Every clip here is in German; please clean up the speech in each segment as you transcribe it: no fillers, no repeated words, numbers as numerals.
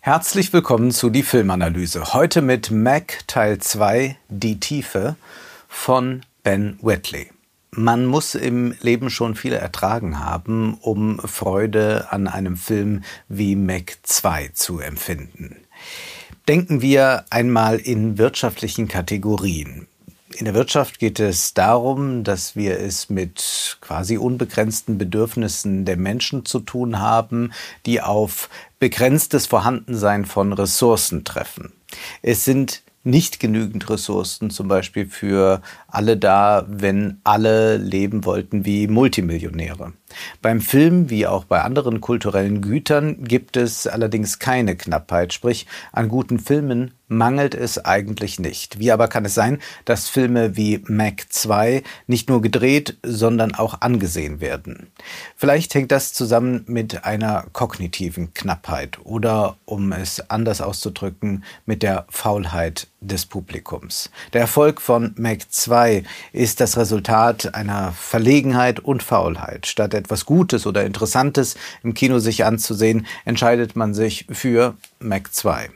Herzlich willkommen zu die Filmanalyse. Heute mit Meg Teil 2, Die Tiefe von Ben Wheatley. Man muss im Leben schon viel ertragen haben, um Freude an einem Film wie Meg 2 zu empfinden. Denken wir einmal in wirtschaftlichen Kategorien. In der Wirtschaft geht es darum, dass wir es mit quasi unbegrenzten Bedürfnissen der Menschen zu tun haben, die auf begrenztes Vorhandensein von Ressourcen treffen. Es sind nicht genügend Ressourcen, zum Beispiel für alle da, wenn alle leben wollten wie Multimillionäre. Beim Film, wie auch bei anderen kulturellen Gütern, gibt es allerdings keine Knappheit, sprich an guten Filmen mangelt es eigentlich nicht. Wie aber kann es sein, dass Filme wie Meg 2 nicht nur gedreht, sondern auch angesehen werden? Vielleicht hängt das zusammen mit einer kognitiven Knappheit oder, um es anders auszudrücken, mit der Faulheit des Publikums. Der Erfolg von Meg 2 ist das Resultat einer Verlegenheit und Faulheit. Statt etwas Gutes oder Interessantes im Kino sich anzusehen, entscheidet man sich für Meg 2.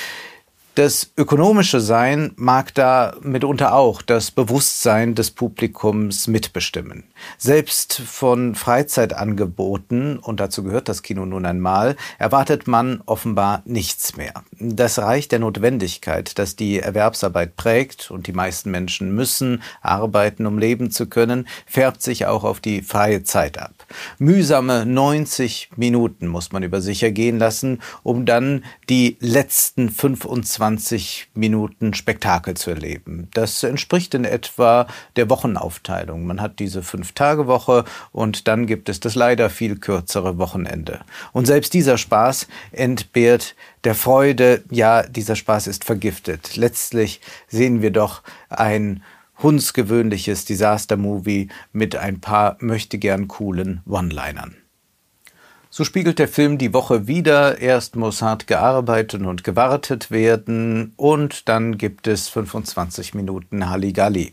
Das ökonomische Sein mag da mitunter auch das Bewusstsein des Publikums mitbestimmen. Selbst von Freizeitangeboten, und dazu gehört das Kino nun einmal, erwartet man offenbar nichts mehr. Das Reich der Notwendigkeit, das die Erwerbsarbeit prägt, und die meisten Menschen müssen arbeiten, um leben zu können, färbt sich auch auf die freie Zeit ab. Mühsame 90 Minuten muss man über sich ergehen lassen, um dann die letzten 25 Minuten Spektakel zu erleben. Das entspricht in etwa der Wochenaufteilung. Man hat diese 5-Tage-Woche und dann gibt es das leider viel kürzere Wochenende. Und selbst dieser Spaß entbehrt der Freude. Ja, dieser Spaß ist vergiftet. Letztlich sehen wir doch ein hundsgewöhnliches Disaster-Movie mit ein paar möchtegern coolen One-Linern. So spiegelt der Film die Woche wider. Erst muss hart gearbeitet und gewartet werden und dann gibt es 25 Minuten Halligalli.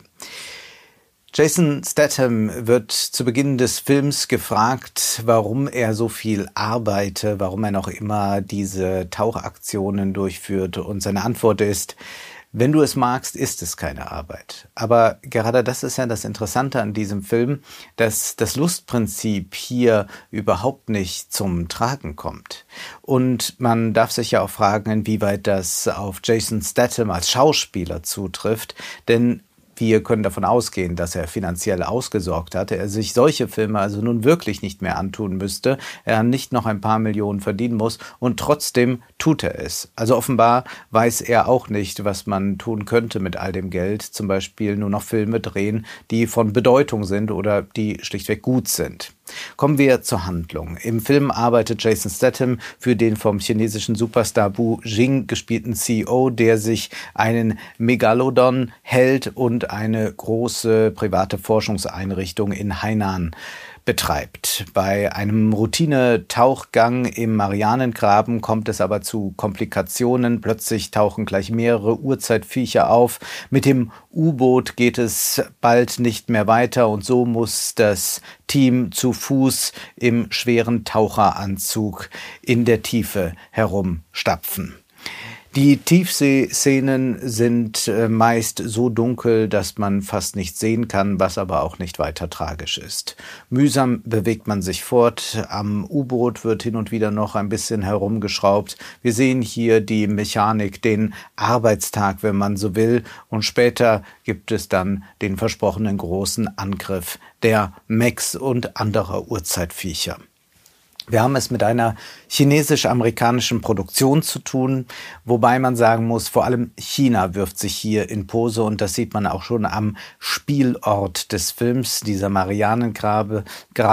Jason Statham wird zu Beginn des Films gefragt, warum er so viel arbeite, warum er noch immer diese Tauchaktionen durchführt, und seine Antwort ist: Wenn du es magst, ist es keine Arbeit. Aber gerade das ist ja das Interessante an diesem Film, dass das Lustprinzip hier überhaupt nicht zum Tragen kommt. Und man darf sich ja auch fragen, inwieweit das auf Jason Statham als Schauspieler zutrifft, denn wir können davon ausgehen, dass er finanziell ausgesorgt hat, er sich solche Filme also nun wirklich nicht mehr antun müsste, er nicht noch ein paar Millionen verdienen muss, und trotzdem tut er es. Also offenbar weiß er auch nicht, was man tun könnte mit all dem Geld, zum Beispiel nur noch Filme drehen, die von Bedeutung sind oder die schlichtweg gut sind. Kommen wir zur Handlung. Im Film arbeitet Jason Statham für den vom chinesischen Superstar Wu Jing gespielten CEO, der sich einen Megalodon hält und eine große private Forschungseinrichtung in Hainan betreibt. Bei einem Routine-Tauchgang im Marianengraben kommt es aber zu Komplikationen. Plötzlich tauchen gleich mehrere Urzeitviecher auf. Mit dem U-Boot geht es bald nicht mehr weiter und so muss das Team zu Fuß im schweren Taucheranzug in der Tiefe herumstapfen. Die Tiefseeszenen sind meist so dunkel, dass man fast nichts sehen kann, was aber auch nicht weiter tragisch ist. Mühsam bewegt man sich fort. Am U-Boot wird hin und wieder noch ein bisschen herumgeschraubt. Wir sehen hier die Mechanik, den Arbeitstag, wenn man so will. Und später gibt es dann den versprochenen großen Angriff der Mechs und anderer Urzeitviecher. Wir haben es mit einer chinesisch-amerikanischen Produktion zu tun, wobei man sagen muss, vor allem China wirft sich hier in Pose, und das sieht man auch schon am Spielort des Films, dieser Marianengraben,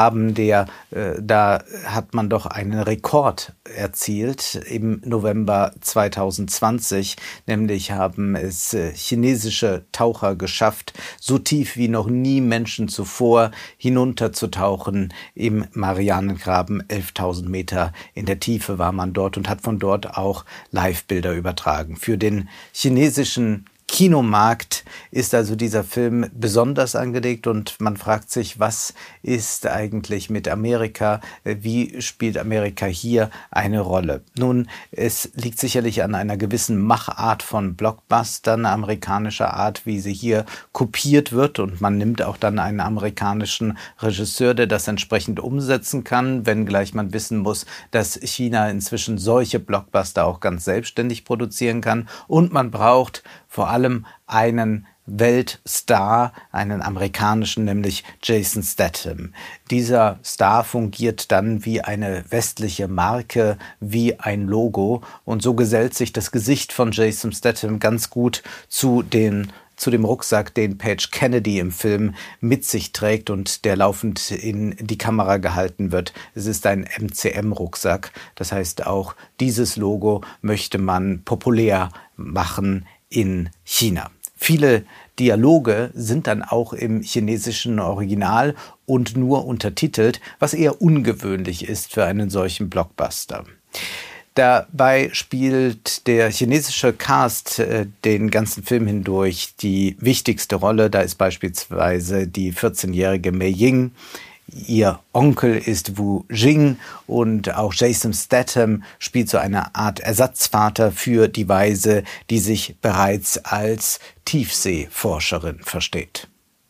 da hat man doch einen Rekord erzielt im November 2020, nämlich haben es chinesische Taucher geschafft, so tief wie noch nie Menschen zuvor hinunterzutauchen im Marianengraben. 11.000 Meter in der Tiefe war man dort und hat von dort auch Live-Bilder übertragen. Für den chinesischen Kinomarkt ist also dieser Film besonders angelegt und man fragt sich, was ist eigentlich mit Amerika? Wie spielt Amerika hier eine Rolle? Nun, es liegt sicherlich an einer gewissen Machart von Blockbustern, amerikanischer Art, wie sie hier kopiert wird, und man nimmt auch dann einen amerikanischen Regisseur, der das entsprechend umsetzen kann, wenngleich man wissen muss, dass China inzwischen solche Blockbuster auch ganz selbstständig produzieren kann, und man braucht vor allem einen Weltstar, einen amerikanischen, nämlich Jason Statham. Dieser Star fungiert dann wie eine westliche Marke, wie ein Logo, und so gesellt sich das Gesicht von Jason Statham ganz gut zu dem Rucksack, den Page Kennedy im Film mit sich trägt und der laufend in die Kamera gehalten wird. Es ist ein MCM-Rucksack. Das heißt, auch dieses Logo möchte man populär machen in China. Viele Dialoge sind dann auch im chinesischen Original und nur untertitelt, was eher ungewöhnlich ist für einen solchen Blockbuster. Dabei spielt der chinesische Cast den ganzen Film hindurch die wichtigste Rolle. Da ist beispielsweise die 14-jährige Mei Ying. Ihr Onkel ist Wu Jing und auch Jason Statham spielt so eine Art Ersatzvater für die Waise, die sich bereits als Tiefseeforscherin versteht.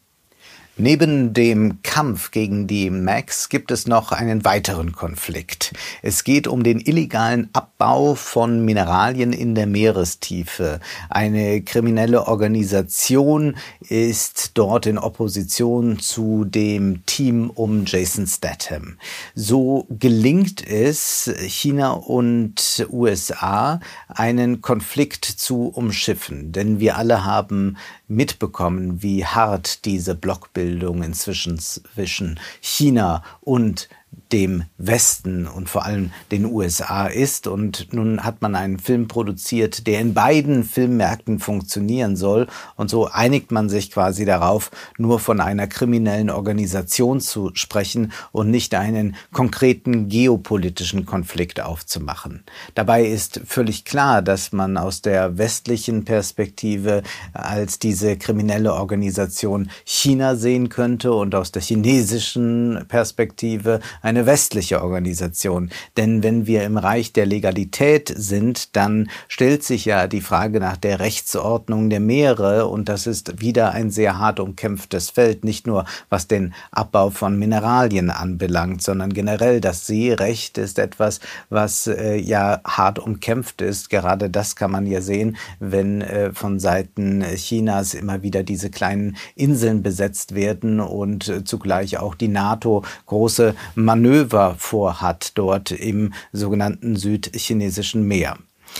Neben dem Kampf gegen die Macs gibt es noch einen weiteren Konflikt. Es geht um den illegalen Abbau von Mineralien in der Meerestiefe. Eine kriminelle Organisation ist dort in Opposition zu dem Team um Jason Statham. So gelingt es China und USA, einen Konflikt zu umschiffen. Denn wir alle haben mitbekommen, wie hart diese Blockbildung inzwischen zwischen China und dem Westen und vor allem den USA ist. Und nun hat man einen Film produziert, der in beiden Filmmärkten funktionieren soll. Und so einigt man sich quasi darauf, nur von einer kriminellen Organisation zu sprechen und nicht einen konkreten geopolitischen Konflikt aufzumachen. Dabei ist völlig klar, dass man aus der westlichen Perspektive als diese kriminelle Organisation China sehen könnte und aus der chinesischen Perspektive eine westliche Organisation. Denn wenn wir im Reich der Legalität sind, dann stellt sich ja die Frage nach der Rechtsordnung der Meere, und das ist wieder ein sehr hart umkämpftes Feld, nicht nur was den Abbau von Mineralien anbelangt, sondern generell das Seerecht ist etwas, was ja hart umkämpft ist. Gerade das kann man ja sehen, wenn von Seiten Chinas immer wieder diese kleinen Inseln besetzt werden und zugleich auch die NATO große Manöver vorhat dort im sogenannten südchinesischen Meer.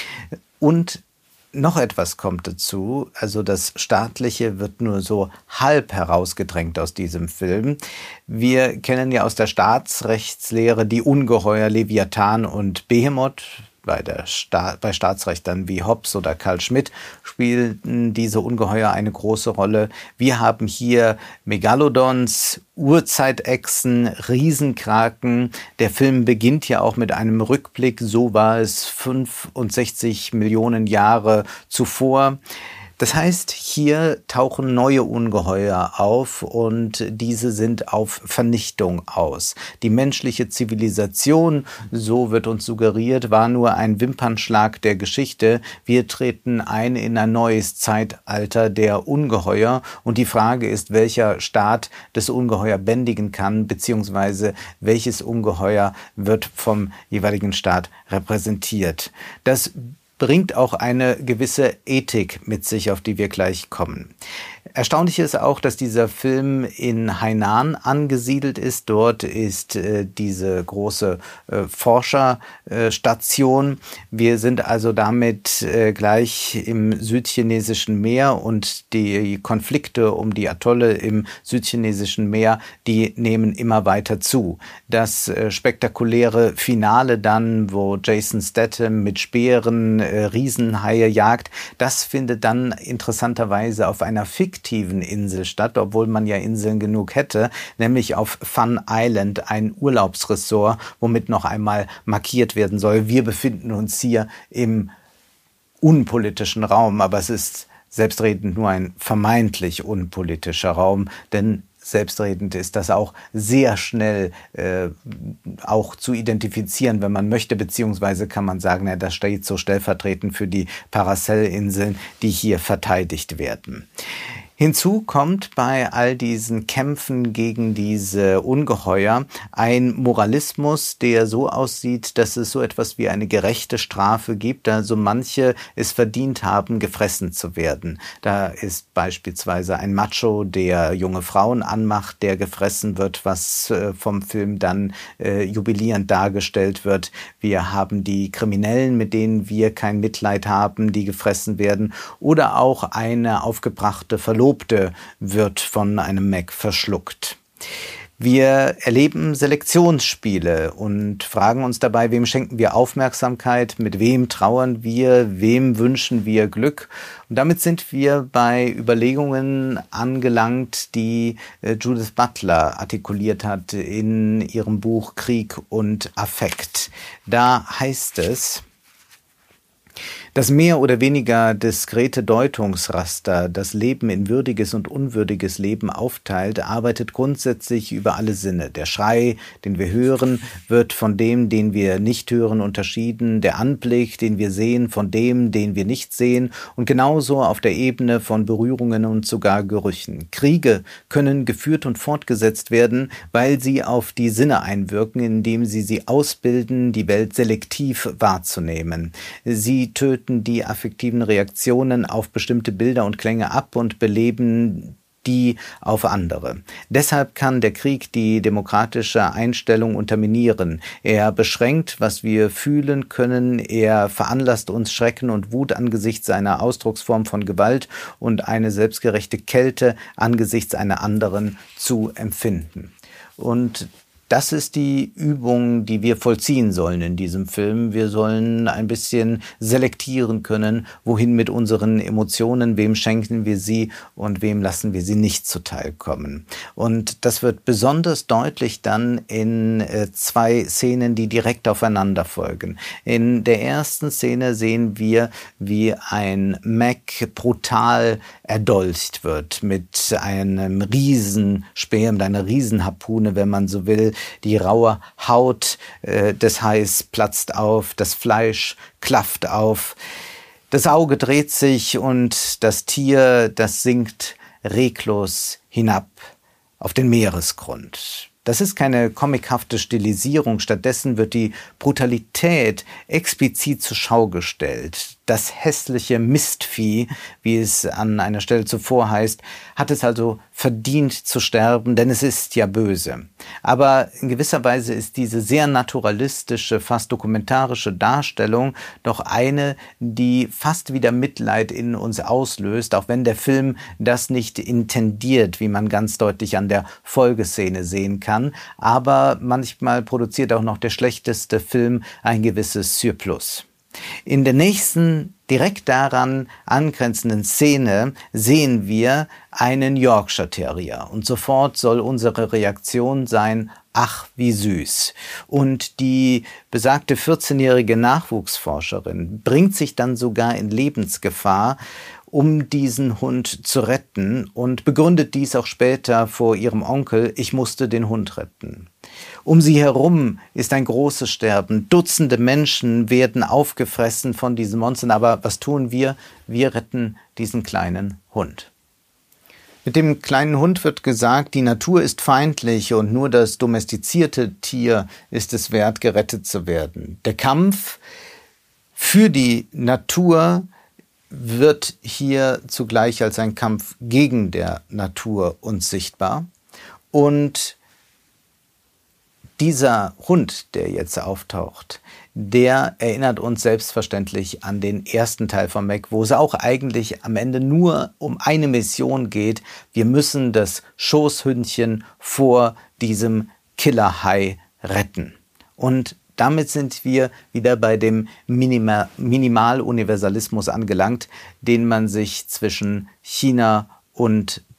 Und noch etwas kommt dazu, also das Staatliche wird nur so halb herausgedrängt aus diesem Film. Wir kennen ja aus der Staatsrechtslehre die Ungeheuer Leviathan und Behemoth. Bei Staatsrechtern wie Hobbes oder Carl Schmitt spielten diese Ungeheuer eine große Rolle. Wir haben hier Megalodons, Urzeitechsen, Riesenkraken. Der Film beginnt ja auch mit einem Rückblick. So war es 65 Millionen Jahre zuvor. Das heißt, hier tauchen neue Ungeheuer auf und diese sind auf Vernichtung aus. Die menschliche Zivilisation, so wird uns suggeriert, war nur ein Wimpernschlag der Geschichte. Wir treten ein in ein neues Zeitalter der Ungeheuer und die Frage ist, welcher Staat das Ungeheuer bändigen kann, beziehungsweise welches Ungeheuer wird vom jeweiligen Staat repräsentiert. Das bringt auch eine gewisse Ethik mit sich, auf die wir gleich kommen. Erstaunlich ist auch, dass dieser Film in Hainan angesiedelt ist. Dort ist diese große Forscherstation. Wir sind also damit gleich im südchinesischen Meer und die Konflikte um die Atolle im südchinesischen Meer, die nehmen immer weiter zu. Das spektakuläre Finale dann, wo Jason Statham mit Speeren Riesenhaie jagt, das findet dann interessanterweise auf einer fiktiven Insel statt, obwohl man ja Inseln genug hätte, nämlich auf Fun Island, ein Urlaubsressort, womit noch einmal markiert werden soll. Wir befinden uns hier im unpolitischen Raum, aber es ist selbstredend nur ein vermeintlich unpolitischer Raum, denn selbstredend ist das auch sehr schnell auch zu identifizieren, wenn man möchte, beziehungsweise kann man sagen, ja, das steht so stellvertretend für die Paracel-Inseln, die hier verteidigt werden. Hinzu kommt bei all diesen Kämpfen gegen diese Ungeheuer ein Moralismus, der so aussieht, dass es so etwas wie eine gerechte Strafe gibt, also manche es verdient haben, gefressen zu werden. Da ist beispielsweise ein Macho, der junge Frauen anmacht, der gefressen wird, was vom Film dann jubilierend dargestellt wird. Wir haben die Kriminellen, mit denen wir kein Mitleid haben, die gefressen werden, oder auch eine aufgebrachte Verlobte wird von einem Mac verschluckt. Wir erleben Selektionsspiele und fragen uns dabei, wem schenken wir Aufmerksamkeit, mit wem trauern wir, wem wünschen wir Glück. Und damit sind wir bei Überlegungen angelangt, die Judith Butler artikuliert hat in ihrem Buch Krieg und Affekt. Da heißt es: Das mehr oder weniger diskrete Deutungsraster, das Leben in würdiges und unwürdiges Leben aufteilt, arbeitet grundsätzlich über alle Sinne. Der Schrei, den wir hören, wird von dem, den wir nicht hören, unterschieden. Der Anblick, den wir sehen, von dem, den wir nicht sehen. Und genauso auf der Ebene von Berührungen und sogar Gerüchen. Kriege können geführt und fortgesetzt werden, weil sie auf die Sinne einwirken, indem sie ausbilden, die Welt selektiv wahrzunehmen. Sie töten die affektiven Reaktionen auf bestimmte Bilder und Klänge ab und beleben die auf andere. Deshalb kann der Krieg die demokratische Einstellung unterminieren. Er beschränkt, was wir fühlen können. Er veranlasst uns Schrecken und Wut angesichts einer Ausdrucksform von Gewalt und eine selbstgerechte Kälte angesichts einer anderen zu empfinden. Und das ist die Übung, die wir vollziehen sollen in diesem Film. Wir sollen ein bisschen selektieren können, wohin mit unseren Emotionen, wem schenken wir sie und wem lassen wir sie nicht zuteilkommen. Und das wird besonders deutlich dann in zwei Szenen, die direkt aufeinander folgen. In der ersten Szene sehen wir, wie ein Mac brutal erdolcht wird mit einem Riesenspeer, mit einer Riesenharpune, wenn man so will. Die raue Haut des Hais platzt auf, das Fleisch klafft auf, das Auge dreht sich und das Tier, das sinkt reglos hinab auf den Meeresgrund. Das ist keine comichafte Stilisierung, stattdessen wird die Brutalität explizit zur Schau gestellt. Das hässliche Mistvieh, wie es an einer Stelle zuvor heißt, hat es also verdient zu sterben, denn es ist ja böse. Aber in gewisser Weise ist diese sehr naturalistische, fast dokumentarische Darstellung doch eine, die fast wieder Mitleid in uns auslöst, auch wenn der Film das nicht intendiert, wie man ganz deutlich an der Folgeszene sehen kann. Aber manchmal produziert auch noch der schlechteste Film ein gewisses Surplus. In der nächsten, direkt daran angrenzenden Szene sehen wir einen Yorkshire Terrier und sofort soll unsere Reaktion sein: Ach, wie süß. Und die besagte 14-jährige Nachwuchsforscherin bringt sich dann sogar in Lebensgefahr, um diesen Hund zu retten und begründet dies auch später vor ihrem Onkel: Ich musste den Hund retten. Um sie herum ist ein großes Sterben. Dutzende Menschen werden aufgefressen von diesen Monstern. Aber was tun wir? Wir retten diesen kleinen Hund. Mit dem kleinen Hund wird gesagt, die Natur ist feindlich und nur das domestizierte Tier ist es wert, gerettet zu werden. Der Kampf für die Natur wird hier zugleich als ein Kampf gegen der Natur uns sichtbar. Und dieser Hund, der jetzt auftaucht, der erinnert uns selbstverständlich an den ersten Teil von Mac, wo es auch eigentlich am Ende nur um eine Mission geht. Wir müssen das Schoßhündchen vor diesem Killerhai retten. Und damit sind wir wieder bei dem Minimaluniversalismus angelangt, den man sich zwischen China und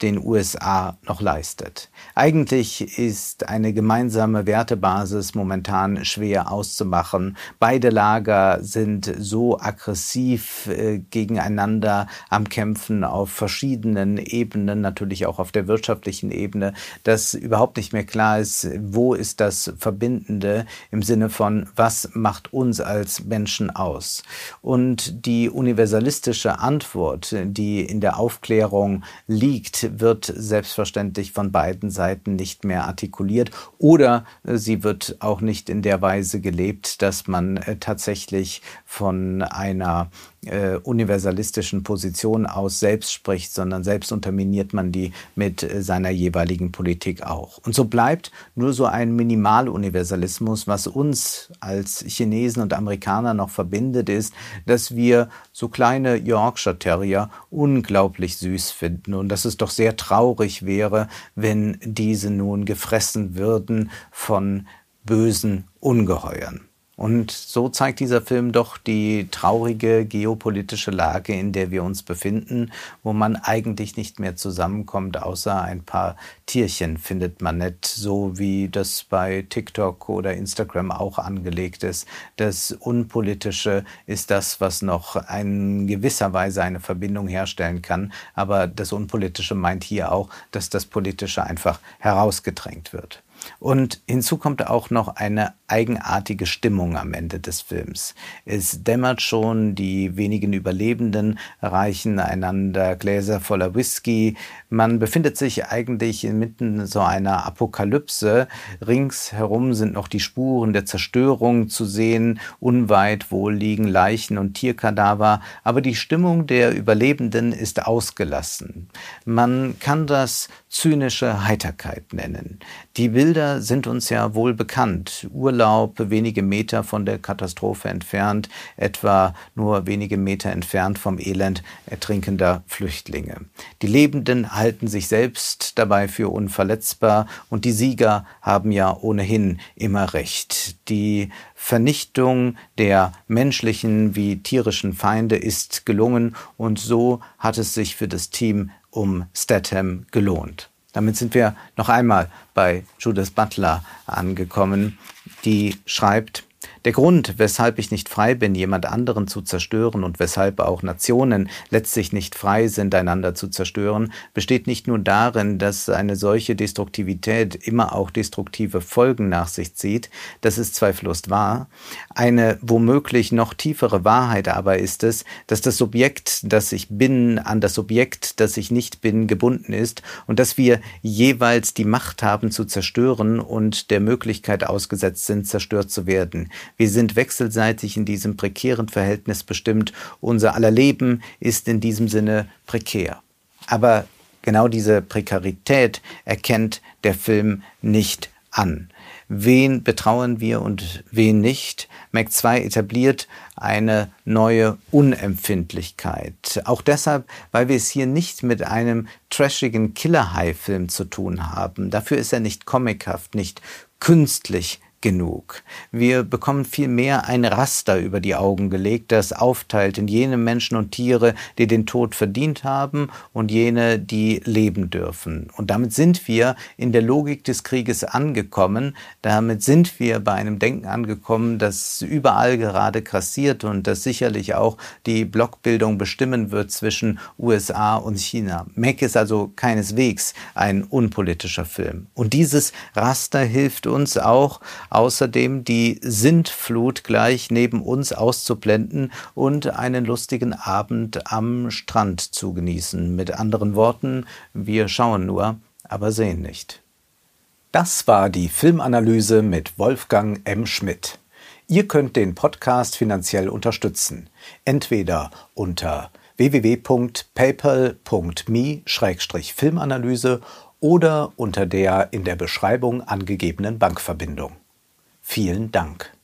den USA noch leistet. Eigentlich ist eine gemeinsame Wertebasis momentan schwer auszumachen. Beide Lager sind so aggressiv gegeneinander am Kämpfen auf verschiedenen Ebenen, natürlich auch auf der wirtschaftlichen Ebene, dass überhaupt nicht mehr klar ist, wo ist das Verbindende im Sinne von, was macht uns als Menschen aus? Und die universalistische Antwort, die in der Aufklärung liegt, wird selbstverständlich von beiden Seiten nicht mehr artikuliert oder sie wird auch nicht in der Weise gelebt, dass man tatsächlich von einer universalistischen Position aus selbst spricht, sondern selbst unterminiert man die mit seiner jeweiligen Politik auch. Und so bleibt nur so ein Minimaluniversalismus, was uns als Chinesen und Amerikaner noch verbindet, ist, dass wir so kleine Yorkshire Terrier unglaublich süß finden und dass es doch sehr traurig wäre, wenn diese nun gefressen würden von bösen Ungeheuern. Und so zeigt dieser Film doch die traurige geopolitische Lage, in der wir uns befinden, wo man eigentlich nicht mehr zusammenkommt, außer ein paar Tierchen findet man nett, so wie das bei TikTok oder Instagram auch angelegt ist. Das Unpolitische ist das, was noch in gewisser Weise eine Verbindung herstellen kann, aber das Unpolitische meint hier auch, dass das Politische einfach herausgedrängt wird. Und hinzu kommt auch noch eine eigenartige Stimmung am Ende des Films. Es dämmert schon, die wenigen Überlebenden reichen einander Gläser voller Whisky. Man befindet sich eigentlich inmitten so einer Apokalypse. Ringsherum sind noch die Spuren der Zerstörung zu sehen. Unweit wohl liegen Leichen und Tierkadaver. Aber die Stimmung der Überlebenden ist ausgelassen. Man kann das zynische Heiterkeit nennen. Die Bilder sind uns ja wohl bekannt. Urlaub wenige Meter von der Katastrophe entfernt, etwa nur wenige Meter entfernt vom Elend ertrinkender Flüchtlinge. Die Lebenden halten sich selbst dabei für unverletzbar und die Sieger haben ja ohnehin immer recht. Die Vernichtung der menschlichen wie tierischen Feinde ist gelungen und so hat es sich für das Team um Statham gelohnt. Damit sind wir noch einmal bei Judith Butler angekommen, die schreibt: Der Grund, weshalb ich nicht frei bin, jemand anderen zu zerstören und weshalb auch Nationen letztlich nicht frei sind, einander zu zerstören, besteht nicht nur darin, dass eine solche Destruktivität immer auch destruktive Folgen nach sich zieht, das ist zweifellos wahr. Eine womöglich noch tiefere Wahrheit aber ist es, dass das Subjekt, das ich bin, an das Subjekt, das ich nicht bin, gebunden ist und dass wir jeweils die Macht haben zu zerstören und der Möglichkeit ausgesetzt sind, zerstört zu werden. Wir sind wechselseitig in diesem prekären Verhältnis bestimmt. Unser aller Leben ist in diesem Sinne prekär. Aber genau diese Prekarität erkennt der Film nicht an. Wen betrauen wir und wen nicht? Mac 2 etabliert eine neue Unempfindlichkeit. Auch deshalb, weil wir es hier nicht mit einem trashigen Killer-High-Film zu tun haben. Dafür ist er nicht comichaft, nicht künstlich genug. Wir bekommen vielmehr ein Raster über die Augen gelegt, das aufteilt in jene Menschen und Tiere, die den Tod verdient haben und jene, die leben dürfen. Und damit sind wir in der Logik des Krieges angekommen. Damit sind wir bei einem Denken angekommen, das überall gerade grassiert und das sicherlich auch die Blockbildung bestimmen wird zwischen USA und China. Mac ist also keineswegs ein unpolitischer Film. Und dieses Raster hilft uns auch, außerdem die Sintflut gleich neben uns auszublenden und einen lustigen Abend am Strand zu genießen. Mit anderen Worten, wir schauen nur, aber sehen nicht. Das war die Filmanalyse mit Wolfgang M. Schmidt. Ihr könnt den Podcast finanziell unterstützen. Entweder unter www.paypal.me/Filmanalyse oder unter der in der Beschreibung angegebenen Bankverbindung. Vielen Dank.